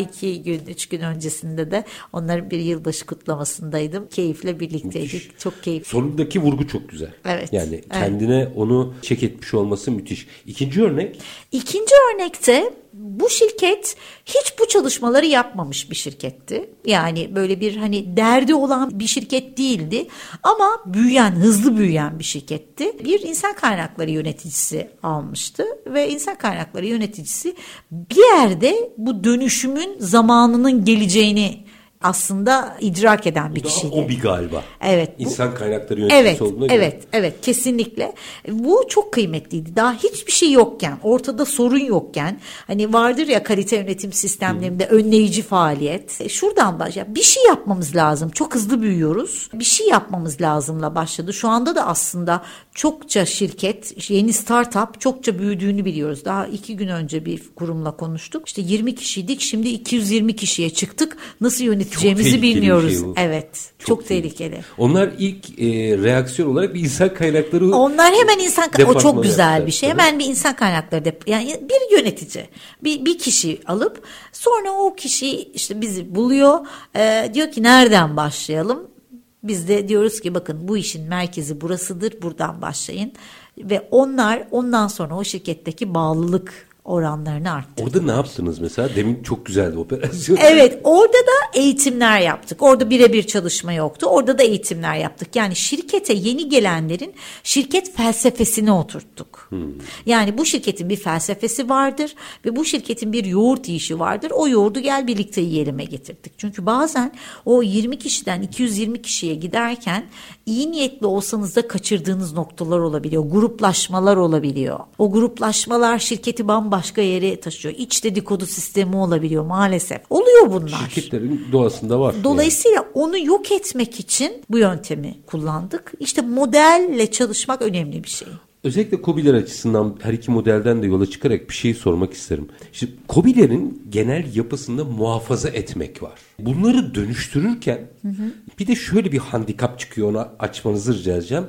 3 gün öncesinde de onların bir yılbaşı kutlamasındaydım. Keyifle birlikteydik. Müthiş. Çok keyifli. Sonundaki vurgu çok güzel. Evet. Yani kendine onu çek etmiş olması müthiş. İkinci örnek? İkinci örnekte bu şirket hiç bu çalışmaları yapmamış bir şirketti. Yani böyle bir hani derdi olan bir şirket değildi ama hızlı büyüyen bir şirketti. Bir insan kaynakları yöneticisi almıştı ve insan kaynakları yöneticisi bir yerde bu dönüşümün zamanının geleceğini aslında idrak eden bir Daha kişiydi. o bir galiba. Evet. İnsan kaynakları yöneticisi olduğuna göre. Evet, kesinlikle. Bu çok kıymetliydi. Daha hiçbir şey yokken, ortada sorun yokken, hani vardır ya kalite yönetim sistemlerinde önleyici faaliyet. Şuradan başlıyor. Bir şey yapmamız lazım. Çok hızlı büyüyoruz. Bir şey yapmamız lazımla başladı. Şu anda da aslında çokça şirket, yeni startup çokça büyüdüğünü biliyoruz. Daha 2 gün önce bir kurumla konuştuk. İşte 20 kişiydik. Şimdi 220 kişiye çıktık. Nasıl yöneteceğimizi bilmiyoruz. Şey evet. Çok tehlikeli. Onlar ilk reaksiyon olarak bir insan kaynakları. Onlar hemen o çok güzel yaptılar. bir şey. Hemen bir insan kaynakları yani bir yönetici, bir kişi alıp sonra o kişi işte bizi buluyor. Diyor ki nereden başlayalım? Biz de diyoruz ki bakın bu işin merkezi burasıdır. Buradan başlayın. Ve onlar ondan sonra o şirketteki bağlılık oranlarını arttırdılar. Orada ne yaptınız mesela? Demin çok güzeldi operasyon. Evet, orada da eğitimler yaptık. Orada birebir çalışma yoktu. Orada da eğitimler yaptık. Yani şirkete yeni gelenlerin şirket felsefesini oturttuk. Yani bu şirketin bir felsefesi vardır ve bu şirketin bir yoğurt yiyişi vardır. O yoğurdu gel birlikte yiyelime getirdik. Çünkü bazen o 20 kişiden 220 kişiye giderken iyi niyetli olsanız da kaçırdığınız noktalar olabiliyor. Gruplaşmalar olabiliyor. O gruplaşmalar şirketi bambaşka yere taşıyor. İç dedikodu sistemi olabiliyor maalesef. Oluyor bunlar. Şirketlerin doğasında var. Dolayısıyla onu yok etmek için bu yöntemi kullandık. İşte modelle çalışmak önemli bir şey. Özellikle KOBİ'ler açısından her iki modelden de yola çıkarak bir şey sormak isterim. Şimdi KOBİ'lerin genel yapısında muhafaza etmek var. Bunları dönüştürürken bir de şöyle bir handikap çıkıyor, ona açmanızı rica edeceğim.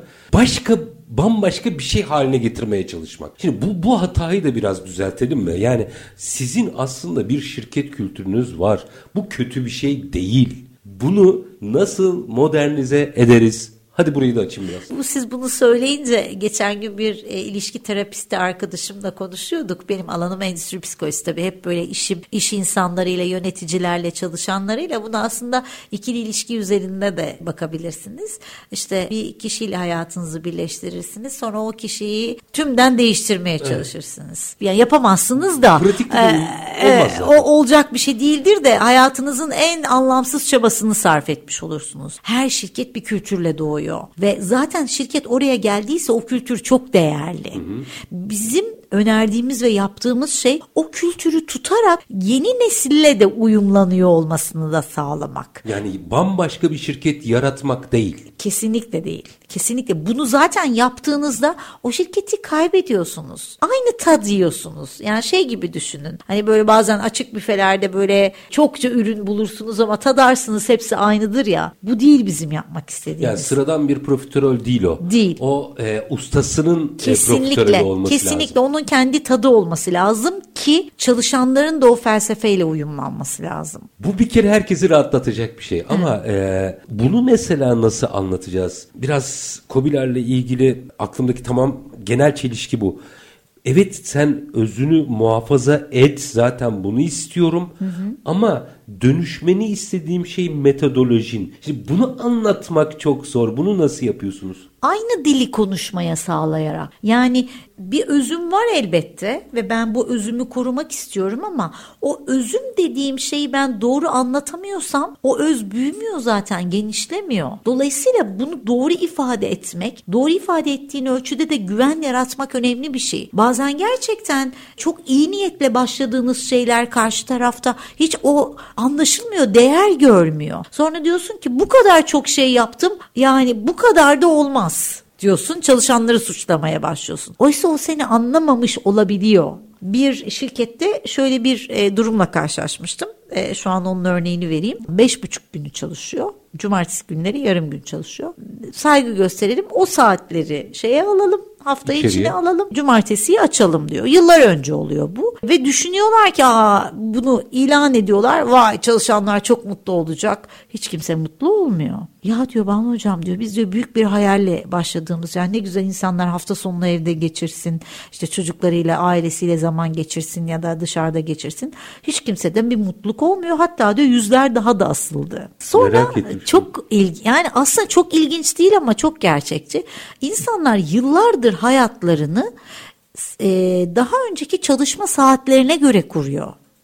Bambaşka bir şey haline getirmeye çalışmak. Şimdi bu hatayı da biraz düzeltelim mi? Yani sizin aslında bir şirket kültürünüz var. Bu kötü bir şey değil. Bunu nasıl modernize ederiz? Hadi burayı da açayım biraz. Siz bunu söyleyince geçen gün bir ilişki terapisti arkadaşımla konuşuyorduk. Benim alanım endüstri psikolojisi tabii. Hep böyle iş insanlarıyla, yöneticilerle, çalışanlarıyla bunu aslında ikili ilişki üzerinde de bakabilirsiniz. İşte bir kişiyle hayatınızı birleştirirsiniz. Sonra o kişiyi tümden değiştirmeye çalışırsınız. Yani yapamazsınız da. Pratikte olmaz zaten. O olacak bir şey değildir de hayatınızın en anlamsız çabasını sarf etmiş olursunuz. Her şirket bir kültürle doğuyor. Ve zaten şirket oraya geldiyse o kültür çok değerli. Bizim önerdiğimiz ve yaptığımız şey o kültürü tutarak yeni nesille de uyumlanıyor olmasını da sağlamak. Yani bambaşka bir şirket yaratmak değil. Kesinlikle değil. Kesinlikle. Bunu zaten yaptığınızda o şirketi kaybediyorsunuz. Aynı tad yiyorsunuz. Yani şey gibi düşünün. Hani böyle bazen açık büfelerde böyle çokça ürün bulursunuz ama tadarsınız hepsi aynıdır ya. Bu değil bizim yapmak istediğimiz. Yani sıradan bir profiterol değil o. Değil. O ustasının profiterolü olması lazım. Kesinlikle onun kendi tadı olması lazım ki çalışanların da o felsefeyle uyumlanması lazım. Bu bir kere herkesi rahatlatacak bir şey. Ama bunu mesela nasıl anlatacağız? Biraz KOBİ'lerle ilgili aklımdaki genel çelişki bu. Evet, sen özünü muhafaza et, zaten bunu istiyorum. Ama dönüşmeni istediğim şey metodolojin. Şimdi bunu anlatmak çok zor. Bunu nasıl yapıyorsunuz? Aynı dili konuşmaya sağlayarak. Yani bir özüm var elbette ve ben bu özümü korumak istiyorum ama o özüm dediğim şeyi ben doğru anlatamıyorsam o öz büyümüyor zaten, genişlemiyor. Dolayısıyla bunu doğru ifade etmek, doğru ifade ettiğin ölçüde de güven yaratmak önemli bir şey. Bazen gerçekten çok iyi niyetle başladığınız şeyler karşı tarafta hiç o anlaşılmıyor, değer görmüyor. Sonra diyorsun ki bu kadar çok şey yaptım, yani bu kadar da olmaz diyorsun, çalışanları suçlamaya başlıyorsun. Oysa o seni anlamamış olabiliyor. Bir şirkette şöyle bir durumla karşılaşmıştım. Şu an onun örneğini vereyim. 5,5 günü çalışıyor. Cumartesi günleri yarım gün çalışıyor. Saygı gösterelim. O saatleri alalım. Hafta içine alalım. Cumartesiyi açalım diyor. Yıllar önce oluyor bu. Ve düşünüyorlar ki bunu ilan ediyorlar. Vay, çalışanlar çok mutlu olacak. Hiç kimse mutlu olmuyor. Ya diyor Banu hocam diyor, biz diyor büyük bir hayalle başladığımız, yani ne güzel insanlar hafta sonunu evde geçirsin. İşte çocuklarıyla, ailesiyle zaman geçirsin ya da dışarıda geçirsin. Hiç kimseden bir mutluluk olmuyor. Hatta diyor yüzler daha da asıldı. Sonra çok yani aslında çok ilginç değil ama çok gerçekçi. İnsanlar yıllardır hayatlarını daha önceki çalışma saatlerine göre kuruyor.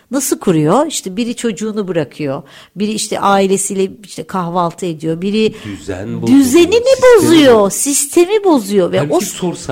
Nasıl kuruyor? İşte biri çocuğunu bırakıyor. Biri işte ailesiyle işte kahvaltı ediyor. Biri düzenini bozuyor. Sistemi bozuyor. Ve halbuki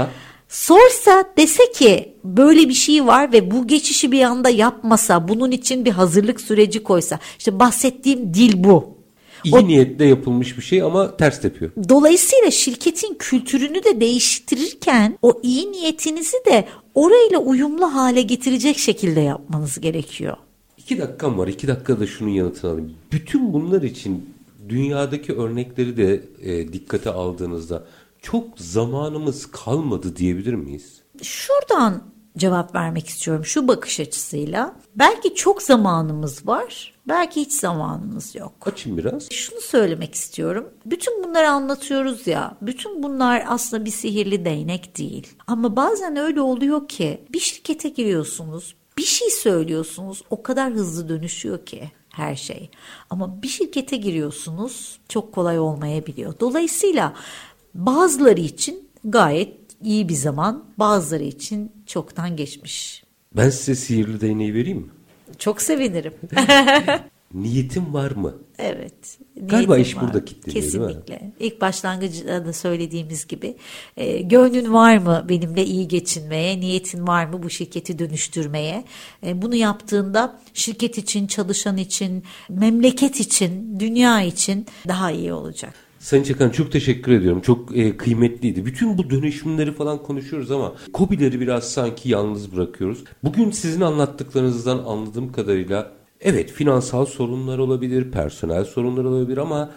sorsa dese ki böyle bir şey var ve bu geçişi bir anda yapmasa, bunun için bir hazırlık süreci koysa. İşte bahsettiğim dil bu. İyi niyetle yapılmış bir şey ama ters tepiyor. Dolayısıyla şirketin kültürünü de değiştirirken o iyi niyetinizi de orayla uyumlu hale getirecek şekilde yapmanız gerekiyor. 2 dakikam var. 2 dakikada şunun yanıtını alayım. Bütün bunlar için dünyadaki örnekleri de dikkate aldığınızda çok zamanımız kalmadı diyebilir miyiz? Şuradan cevap vermek istiyorum şu bakış açısıyla. Belki çok zamanımız var, belki hiç zamanımız yok. Açın biraz. Şunu söylemek istiyorum. Bütün bunları anlatıyoruz ya, bütün bunlar aslında bir sihirli değnek değil. Ama bazen öyle oluyor ki bir şirkete giriyorsunuz, bir şey söylüyorsunuz, o kadar hızlı dönüşüyor ki her şey. Ama bir şirkete giriyorsunuz, çok kolay olmayabiliyor. Dolayısıyla bazıları için gayet iyi bir zaman, bazıları için çoktan geçmiş. Ben size sihirli değneği vereyim mi? Çok sevinirim. Niyetin var mı? Evet. Galiba iş burada kilitleniyor. Kesinlikle. Değil mi? İlk başlangıçta da söylediğimiz gibi gönlün var mı benimle iyi geçinmeye, niyetin var mı bu şirketi dönüştürmeye? Bunu yaptığında şirket için, çalışan için, memleket için, dünya için daha iyi olacak. Sayın Çakan çok teşekkür ediyorum. Çok kıymetliydi. Bütün bu dönüşümleri falan konuşuyoruz ama KOBİ'leri biraz sanki yalnız bırakıyoruz. Bugün sizin anlattıklarınızdan anladığım kadarıyla evet finansal sorunlar olabilir, personel sorunlar olabilir ama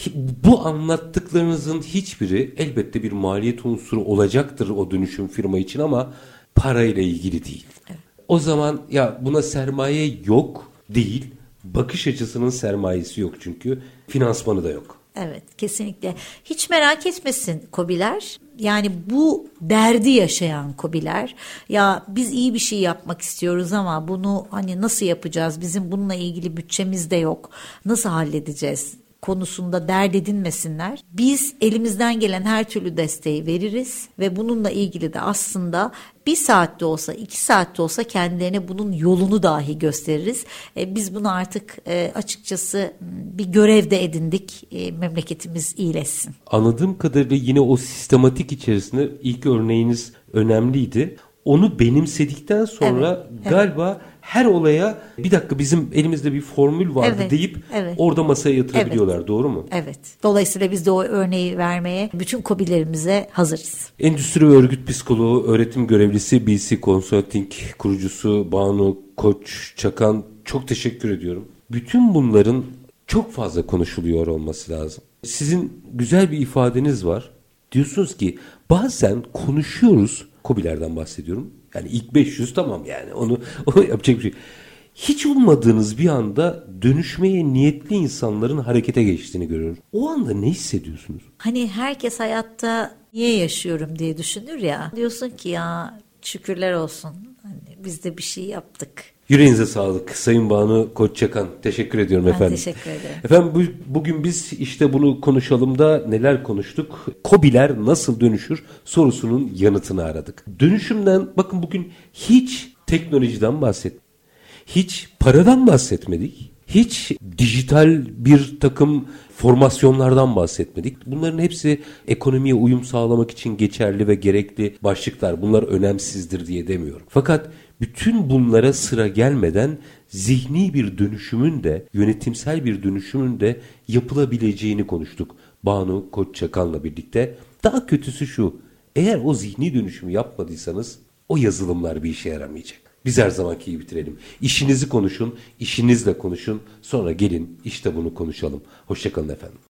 bu anlattıklarınızın hiçbiri elbette bir maliyet unsuru olacaktır o dönüşüm firma için ama parayla ilgili değil. Evet. O zaman ya buna sermaye yok değil, bakış açısının sermayesi yok çünkü finansmanı da yok. Evet, kesinlikle. Hiç merak etmesin KOBİ'ler. Yani bu derdi yaşayan KOBİ'ler. Ya biz iyi bir şey yapmak istiyoruz ama bunu hani nasıl yapacağız? Bizim bununla ilgili bütçemiz de yok. Nasıl halledeceğiz konusunda dert edinmesinler. Biz elimizden gelen her türlü desteği veririz ve bununla ilgili de aslında 1 saatte olsa 2 saatte olsa kendilerine bunun yolunu dahi gösteririz. Biz bunu artık açıkçası bir görev de edindik. Memleketimiz iyileşsin. Anladığım kadarıyla yine o sistematik içerisinde ilk örneğiniz önemliydi. Onu benimsedikten sonra galiba her olaya bir dakika bizim elimizde bir formül vardı deyip orada masaya yatırabiliyorlar. Doğru mu? Evet. Dolayısıyla biz de o örneği vermeye bütün KOBİ'lerimize hazırız. Endüstri ve örgüt psikoloğu, öğretim görevlisi, BC Consulting kurucusu Banu Koç Çakan çok teşekkür ediyorum. Bütün bunların çok fazla konuşuluyor olması lazım. Sizin güzel bir ifadeniz var. Diyorsunuz ki bazen konuşuyoruz, KOBİ'lerden bahsediyorum. Yani ilk 500 tamam yani onu yapacak bir şey. Hiç ummadığınız bir anda dönüşmeye niyetli insanların harekete geçtiğini görüyoruz. O anda ne hissediyorsunuz? Hani herkes hayatta niye yaşıyorum diye düşünür ya. Diyorsun ki ya şükürler olsun. Hani biz de bir şey yaptık. Yüreğinize sağlık Sayın Banu Koç Çakan. Teşekkür ediyorum efendim. Ben teşekkür ederim. Efendim bugün biz işte bunu konuşalım da neler konuştuk? KOBİ'ler nasıl dönüşür sorusunun yanıtını aradık. Dönüşümden bakın bugün hiç teknolojiden bahsetmedik. Hiç paradan bahsetmedik. Hiç dijital bir takım formasyonlardan bahsetmedik. Bunların hepsi ekonomiye uyum sağlamak için geçerli ve gerekli başlıklar. Bunlar önemsizdir diye demiyorum. Fakat bütün bunlara sıra gelmeden zihni bir dönüşümün de yönetimsel bir dönüşümün de yapılabileceğini konuştuk Banu Koç Çakan'la birlikte. Daha kötüsü şu, eğer o zihni dönüşümü yapmadıysanız o yazılımlar bir işe yaramayacak. Biz her zamanki gibi bitirelim. İşinizi konuşun, işinizle konuşun. Sonra gelin işte bunu konuşalım. Hoşça kalın efendim.